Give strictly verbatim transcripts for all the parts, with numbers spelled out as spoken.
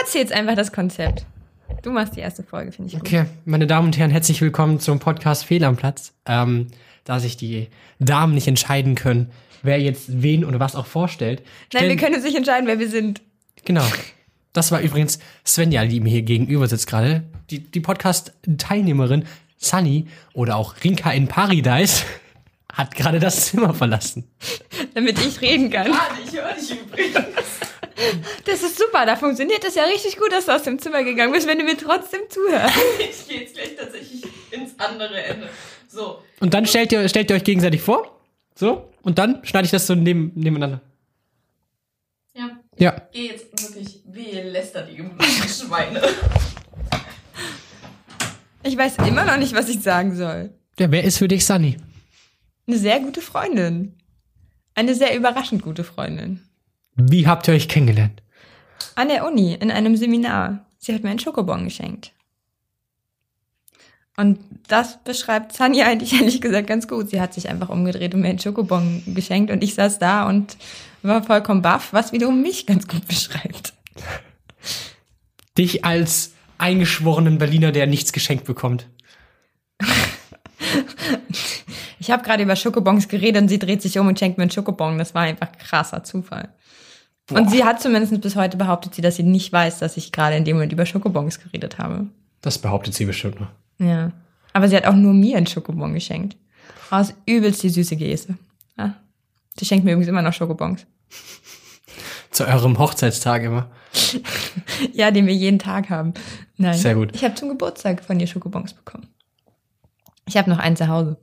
erzählst einfach das Konzept. Du machst die erste Folge, finde ich gut. Okay, meine Damen und Herren, herzlich willkommen zum Podcast Fehl am Platz. Ähm, da sich die Damen nicht entscheiden können, wer jetzt wen oder was auch vorstellt. Nein, wir können uns nicht entscheiden, wer wir sind. Genau. Das war übrigens Svenja, die mir hier gegenüber sitzt gerade. Die, die Podcast-Teilnehmerin Sunny oder auch Rinka in Paradise hat gerade das Zimmer verlassen. Damit ich reden kann. Ah, ich höre dich übrigens. Das ist super, da funktioniert das ja richtig gut, dass du aus dem Zimmer gegangen bist, wenn du mir trotzdem zuhörst. Ich gehe jetzt gleich tatsächlich ins andere Ende. So. Und dann stellt ihr, stellt ihr euch gegenseitig vor. So. Und dann schneide ich das so neben, nebeneinander. Ja. Ja. Ich gehe jetzt wirklich wehe Läster, die gebluteten Schweine. Ich weiß immer noch nicht, was ich sagen soll. Ja, wer ist für dich Sunny? Eine sehr gute Freundin. Eine sehr überraschend gute Freundin. Wie habt ihr euch kennengelernt? An der Uni, in einem Seminar. Sie hat mir einen Schokobon geschenkt. Und das beschreibt Sunny eigentlich ehrlich gesagt ganz gut. Sie hat sich einfach umgedreht und mir einen Schokobon geschenkt und ich saß da und war vollkommen baff, was wiederum mich ganz gut beschreibt. Dich als eingeschworenen Berliner, der nichts geschenkt bekommt. Ich habe gerade über Schokobons geredet und sie dreht sich um und schenkt mir einen Schokobon. Das war einfach krasser Zufall. Boah. Und sie hat zumindest bis heute behauptet, sie, dass sie nicht weiß, dass ich gerade in dem Moment über Schokobons geredet habe. Das behauptet sie bestimmt noch. Ja. Aber sie hat auch nur mir einen Schokobon geschenkt. Aus übelst die süße Geste. Ja. Sie schenkt mir übrigens immer noch Schokobons. Zu eurem Hochzeitstag immer. Ja, den wir jeden Tag haben. Nein. Sehr gut. Ich habe zum Geburtstag von ihr Schokobons bekommen. Ich habe noch einen zu Hause.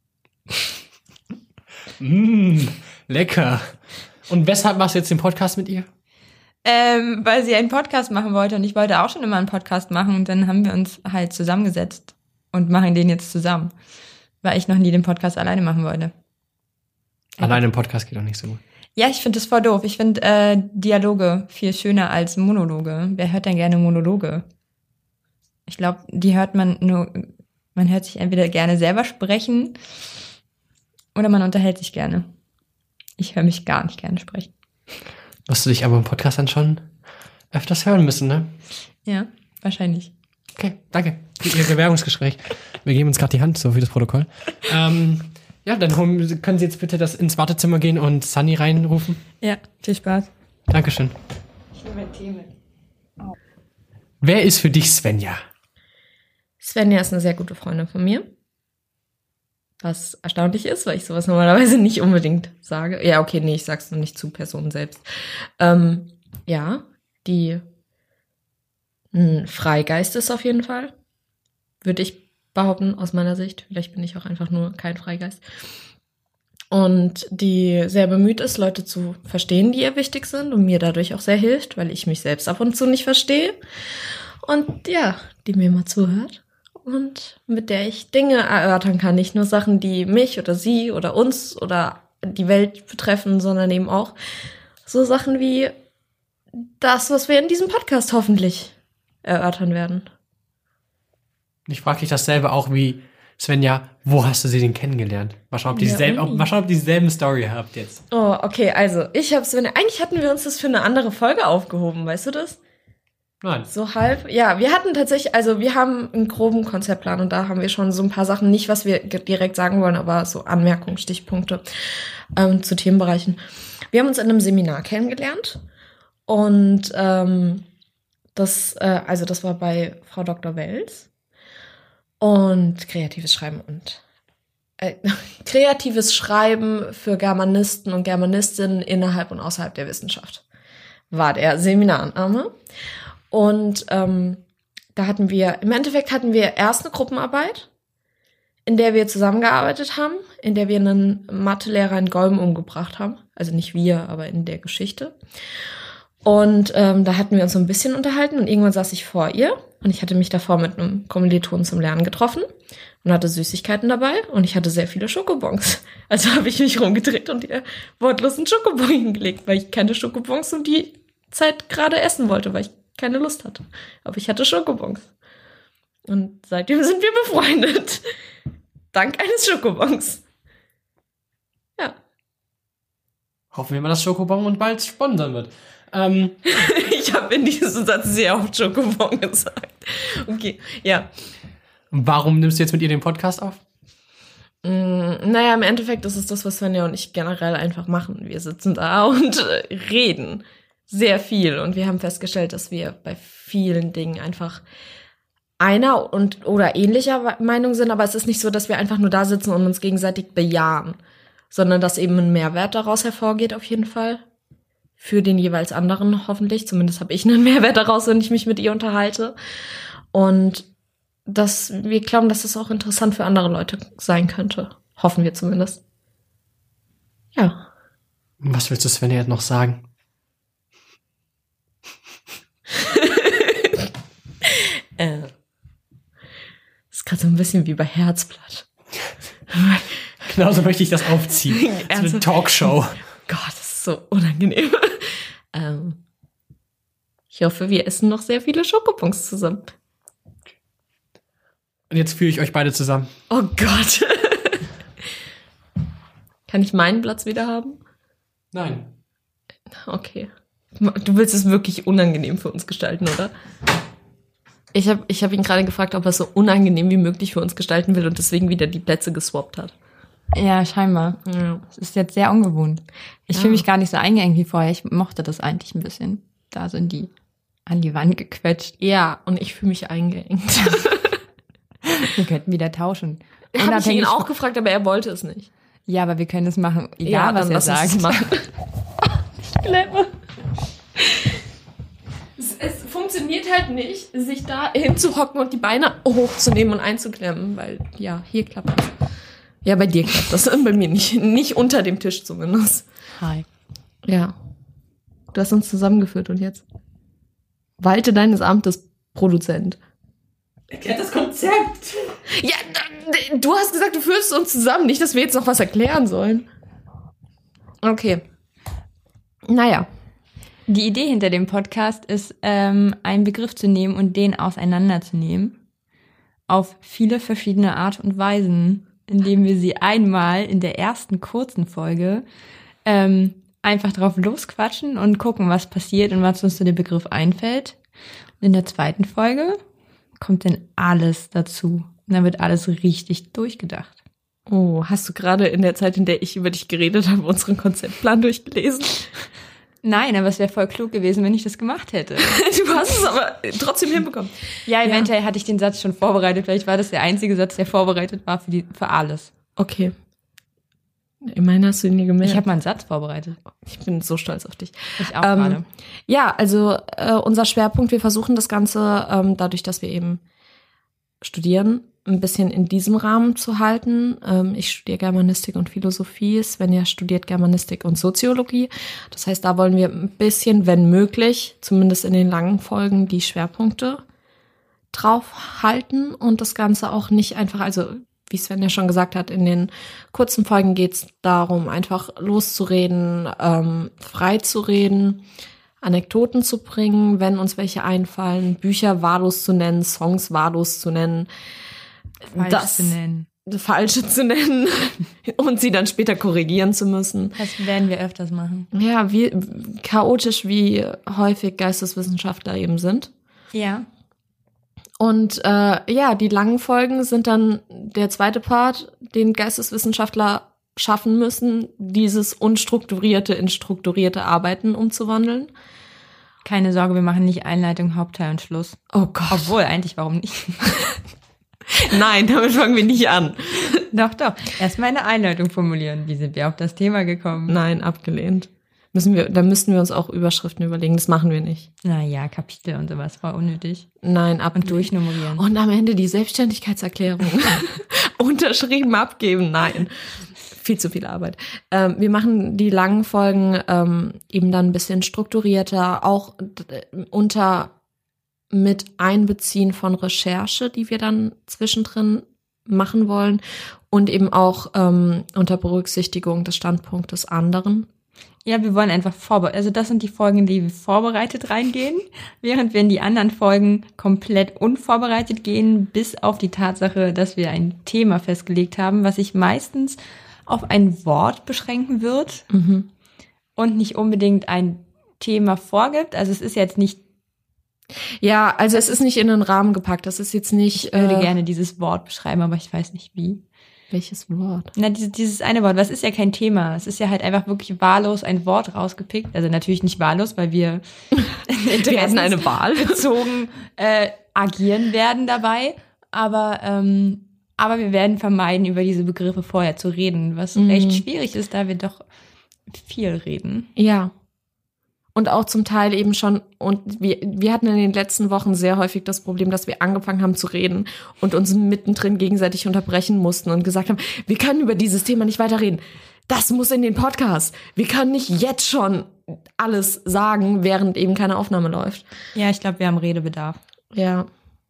Mmh, lecker. Und weshalb machst du jetzt den Podcast mit ihr? Ähm, weil sie einen Podcast machen wollte und ich wollte auch schon immer einen Podcast machen und dann haben wir uns halt zusammengesetzt und machen den jetzt zusammen, weil ich noch nie den Podcast alleine machen wollte. Alleine im Podcast geht auch nicht so gut. Ja, ich finde das voll doof. Ich finde äh, Dialoge viel schöner als Monologe. Wer hört denn gerne Monologe? Ich glaube, die hört man nur, man hört sich entweder gerne selber sprechen oder man unterhält sich gerne. Ich höre mich gar nicht gerne sprechen. Musst du dich aber im Podcast dann schon öfters hören müssen, ne? Ja, wahrscheinlich. Okay, danke für Ihr Bewerbungsgespräch. Wir geben uns gerade die Hand, so für das Protokoll. Ähm, ja, dann holen, können Sie jetzt bitte das ins Wartezimmer gehen und Sunny reinrufen? Ja, viel Spaß. Dankeschön. Ich nehme mein Tee mit. Oh. Wer ist für dich Svenja? Svenja ist eine sehr gute Freundin von mir. Was erstaunlich ist, weil ich sowas normalerweise nicht unbedingt sage. Ja, okay, nee, ich sag's nur nicht zu Personen selbst. Ähm, ja, die ein Freigeist ist auf jeden Fall. Würde ich behaupten, aus meiner Sicht. Vielleicht bin ich auch einfach nur kein Freigeist. Und die sehr bemüht ist, Leute zu verstehen, die ihr wichtig sind und mir dadurch auch sehr hilft, weil ich mich selbst ab und zu nicht verstehe. Und ja, die mir mal zuhört. Und mit der ich Dinge erörtern kann. Nicht nur Sachen, die mich oder sie oder uns oder die Welt betreffen, sondern eben auch so Sachen wie das, was wir in diesem Podcast hoffentlich erörtern werden. Ich frage dich dasselbe auch wie Svenja, wo hast du sie denn kennengelernt? Mal schauen, ob die, Ja, dieselbe, ob, Uni. mal schauen, ob die dieselben Story habt jetzt. Oh, okay, also ich habe Svenja, eigentlich hatten wir uns das für eine andere Folge aufgehoben, weißt du das? Nein. So halb. Ja, wir hatten tatsächlich, also wir haben einen groben Konzeptplan und da haben wir schon so ein paar Sachen, nicht was wir ge- direkt sagen wollen, aber so Anmerkungen, Stichpunkte ähm, zu Themenbereichen. Wir haben uns in einem Seminar kennengelernt und ähm, das, äh, also das war bei Frau Doktor Wels und kreatives Schreiben und äh, kreatives Schreiben für Germanisten und Germanistinnen innerhalb und außerhalb der Wissenschaft war der Seminarname. Und ähm, da hatten wir, im Endeffekt hatten wir erst eine Gruppenarbeit, in der wir zusammengearbeitet haben, in der wir einen Mathelehrer in Golm umgebracht haben. Also nicht wir, aber in der Geschichte. Und ähm, da hatten wir uns so ein bisschen unterhalten und irgendwann saß ich vor ihr und ich hatte mich davor mit einem Kommilitonen zum Lernen getroffen und hatte Süßigkeiten dabei und ich hatte sehr viele Schokobons. Also habe ich mich rumgedreht und ihr wortlos einen Schokobon hingelegt, weil ich keine Schokobons um die Zeit gerade essen wollte, weil ich keine Lust hatte. Aber ich hatte Schokobons. Und seitdem sind wir befreundet. Dank eines Schokobons. Ja. Hoffen wir mal, dass Schokobon und bald sponsern wird. Ähm, Ich habe in diesem Satz sehr oft Schokobon gesagt. Okay, ja. warum nimmst du jetzt mit ihr den Podcast auf? Mm, naja, im Endeffekt ist es das, was Svenja und ich generell einfach machen. Wir sitzen da und äh, reden sehr viel. Und wir haben festgestellt, dass wir bei vielen Dingen einfach einer und oder ähnlicher Meinung sind. Aber es ist nicht so, dass wir einfach nur da sitzen und uns gegenseitig bejahen, sondern dass eben ein Mehrwert daraus hervorgeht auf jeden Fall. Für den jeweils anderen hoffentlich. Zumindest habe ich einen Mehrwert daraus, wenn ich mich mit ihr unterhalte. Und dass wir glauben, dass das auch interessant für andere Leute sein könnte. Hoffen wir zumindest. Ja. Was willst du Svenja jetzt noch sagen? äh. Das ist gerade so ein bisschen wie bei Herzblatt. Genauso möchte ich das aufziehen. So eine Talkshow. Gott, das ist so unangenehm. ähm. Ich hoffe, wir essen noch sehr viele Schokobons zusammen. Und jetzt führe ich euch beide zusammen. Oh Gott. Kann ich meinen Platz wieder haben? Nein. Okay. Du willst es wirklich unangenehm für uns gestalten, oder? Ich habe ich hab ihn gerade gefragt, ob er es so unangenehm wie möglich für uns gestalten will und deswegen wieder die Plätze geswappt hat. Ja, scheinbar. Ja. Das ist jetzt sehr ungewohnt. Ich Ja. fühle mich gar nicht so eingeengt wie vorher. Ich mochte das eigentlich ein bisschen. Da sind die an die Wand gequetscht. Ja, und ich fühle mich eingeengt. Wir könnten wieder tauschen. Habe ich ihn Unabhängig- auch gefragt, aber er wollte es nicht. Ja, aber wir können es machen, egal was er lass uns sagt. es machen. Ich glaube. Es, es funktioniert halt nicht, sich da hinzuhocken und die Beine hochzunehmen und einzuklemmen, weil, ja, hier klappt das. Ja, bei dir klappt das, bei mir nicht. Nicht unter dem Tisch zumindest. Hi. Ja. Du hast uns zusammengeführt und jetzt? Walte deines Amtes, Produzent. Erklärt das Konzept. Ja, d- du hast gesagt, du führst uns zusammen. Nicht, dass wir jetzt noch was erklären sollen. Okay. Naja. Die Idee hinter dem Podcast ist, ähm, einen Begriff zu nehmen und den auseinanderzunehmen. Auf viele verschiedene Art und Weisen, indem wir sie einmal in der ersten kurzen Folge ähm, einfach drauf losquatschen und gucken, was passiert und was uns zu dem Begriff einfällt. Und in der zweiten Folge kommt dann alles dazu. Und dann wird alles richtig durchgedacht. Oh, hast du gerade in der Zeit, in der ich über dich geredet habe, unseren Konzeptplan durchgelesen? Nein, aber es wäre voll klug gewesen, wenn ich das gemacht hätte. Du hast es aber trotzdem hinbekommen. Ja, eventuell hatte ich den Satz schon vorbereitet. Vielleicht war das der einzige Satz, der vorbereitet war für, die, für alles. Okay. Immerhin hast du ihn nie gemerkt. Ich habe mal einen Satz vorbereitet. Ich bin so stolz auf dich. Ich auch Ähm, gerade. Ja, also äh, unser Schwerpunkt, wir versuchen das Ganze, ähm, dadurch, dass wir eben studieren, ein bisschen in diesem Rahmen zu halten. Ähm, ich studiere Germanistik und Philosophie, Svenja studiert Germanistik und Soziologie. Das heißt, da wollen wir ein bisschen, wenn möglich, zumindest in den langen Folgen, die Schwerpunkte drauf halten und das Ganze auch nicht einfach, also wie Sven ja schon gesagt hat, in den kurzen Folgen geht es darum, einfach loszureden, ähm, frei zu reden, Anekdoten zu bringen, wenn uns welche einfallen, Bücher wahllos zu nennen, Songs wahllos zu nennen, Falsch das zu nennen. Falsche zu nennen und sie dann später korrigieren zu müssen. Das werden wir öfters machen. Ja, wie chaotisch wie häufig Geisteswissenschaftler eben sind. Ja. Und äh, ja, die langen Folgen sind dann der zweite Part, den Geisteswissenschaftler schaffen müssen, dieses unstrukturierte in strukturierte Arbeiten umzuwandeln. Keine Sorge, wir machen nicht Einleitung, Hauptteil und Schluss. Oh Gott. Obwohl, eigentlich, warum nicht? Nein, damit fangen wir nicht an. Doch, doch. Erstmal eine Einleitung formulieren. Wie sind wir auf das Thema gekommen? Nein, abgelehnt. Müssen wir, da müssten wir uns auch Überschriften überlegen. Das machen wir nicht. Naja, Kapitel und sowas war unnötig. Nein, ab Und durchnummerieren. Und am Ende die Selbstständigkeitserklärung unterschrieben abgeben. Nein, viel zu viel Arbeit. Ähm, wir machen die langen Folgen ähm, eben dann ein bisschen strukturierter, auch d- unter mit Einbeziehen von Recherche, die wir dann zwischendrin machen wollen und eben auch ähm, unter Berücksichtigung des Standpunktes anderen. Ja, wir wollen einfach vorbereitet. Also das sind die Folgen, in die wir vorbereitet reingehen, während wir in die anderen Folgen komplett unvorbereitet gehen, bis auf die Tatsache, dass wir ein Thema festgelegt haben, was sich meistens auf ein Wort beschränken wird Mhm. und nicht unbedingt ein Thema vorgibt. Also es ist jetzt nicht, Ja, also es ist nicht in den Rahmen gepackt. Das ist jetzt nicht. ich würde äh, gerne dieses Wort beschreiben, aber ich weiß nicht wie. Welches Wort? Na, dieses, dieses eine Wort, was ist ja kein Thema. Es ist ja halt einfach wirklich wahllos ein Wort rausgepickt. Also natürlich nicht wahllos, weil wir Wir hatten eine Wahl. bezogen äh, agieren werden dabei. Aber, ähm, aber wir werden vermeiden, über diese Begriffe vorher zu reden, was Mhm. recht schwierig ist, da wir doch viel reden. Ja. Und auch zum Teil eben schon, und wir, wir hatten in den letzten Wochen sehr häufig das Problem, dass wir angefangen haben zu reden und uns mittendrin gegenseitig unterbrechen mussten und gesagt haben, wir können über dieses Thema nicht weiterreden. Das muss in den Podcast. Wir können nicht jetzt schon alles sagen, während eben keine Aufnahme läuft. Ja, ich glaube, wir haben Redebedarf. Ja.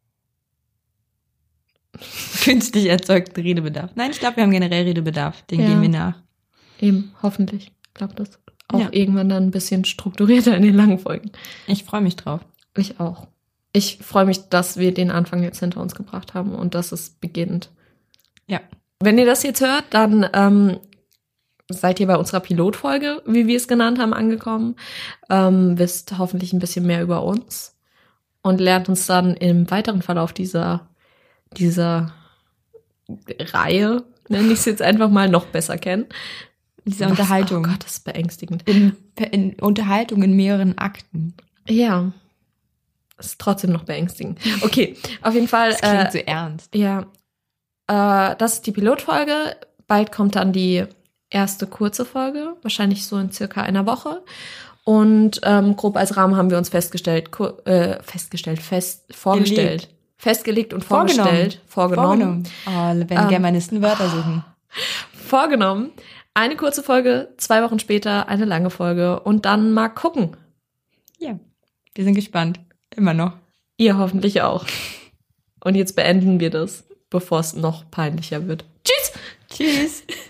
Künstlich erzeugten Redebedarf. Nein, ich glaube, wir haben generell Redebedarf. Den Ja. gehen wir nach. Eben, hoffentlich klappt das auch Ja. irgendwann dann ein bisschen strukturierter in den langen Folgen. Ich freue mich drauf. Ich auch. Ich freue mich, dass wir den Anfang jetzt hinter uns gebracht haben und dass es beginnt. Ja. Wenn ihr das jetzt hört, dann ähm, seid ihr bei unserer Pilotfolge, wie wir es genannt haben, angekommen. Ähm, wisst hoffentlich ein bisschen mehr über uns und lernt uns dann im weiteren Verlauf dieser, dieser Reihe, nenne ich es jetzt einfach mal, noch besser kennen. Diese Was- Unterhaltung. Oh Gott, das ist beängstigend. In, in Unterhaltung in mehreren Akten. Ja. Ist trotzdem noch beängstigend. Okay, auf jeden Fall. Das klingt Äh, so ernst. ja. Äh, das ist die Pilotfolge. Bald kommt dann die erste kurze Folge. Wahrscheinlich so in circa einer Woche. Und ähm, grob als Rahmen haben wir uns festgestellt, ku- äh, festgestellt, fest, vorgestellt. Gelegt. Festgelegt und vorgestellt. Vorgenommen. Vorgenommen. Oh, wenn Ähm. Germanisten Wörter suchen. Vorgenommen. Eine kurze Folge, zwei Wochen später eine lange Folge. Und dann mal gucken. Ja. Wir sind gespannt. Immer noch. Ihr hoffentlich auch. Und jetzt beenden wir das, bevor es noch peinlicher wird. Tschüss! Tschüss.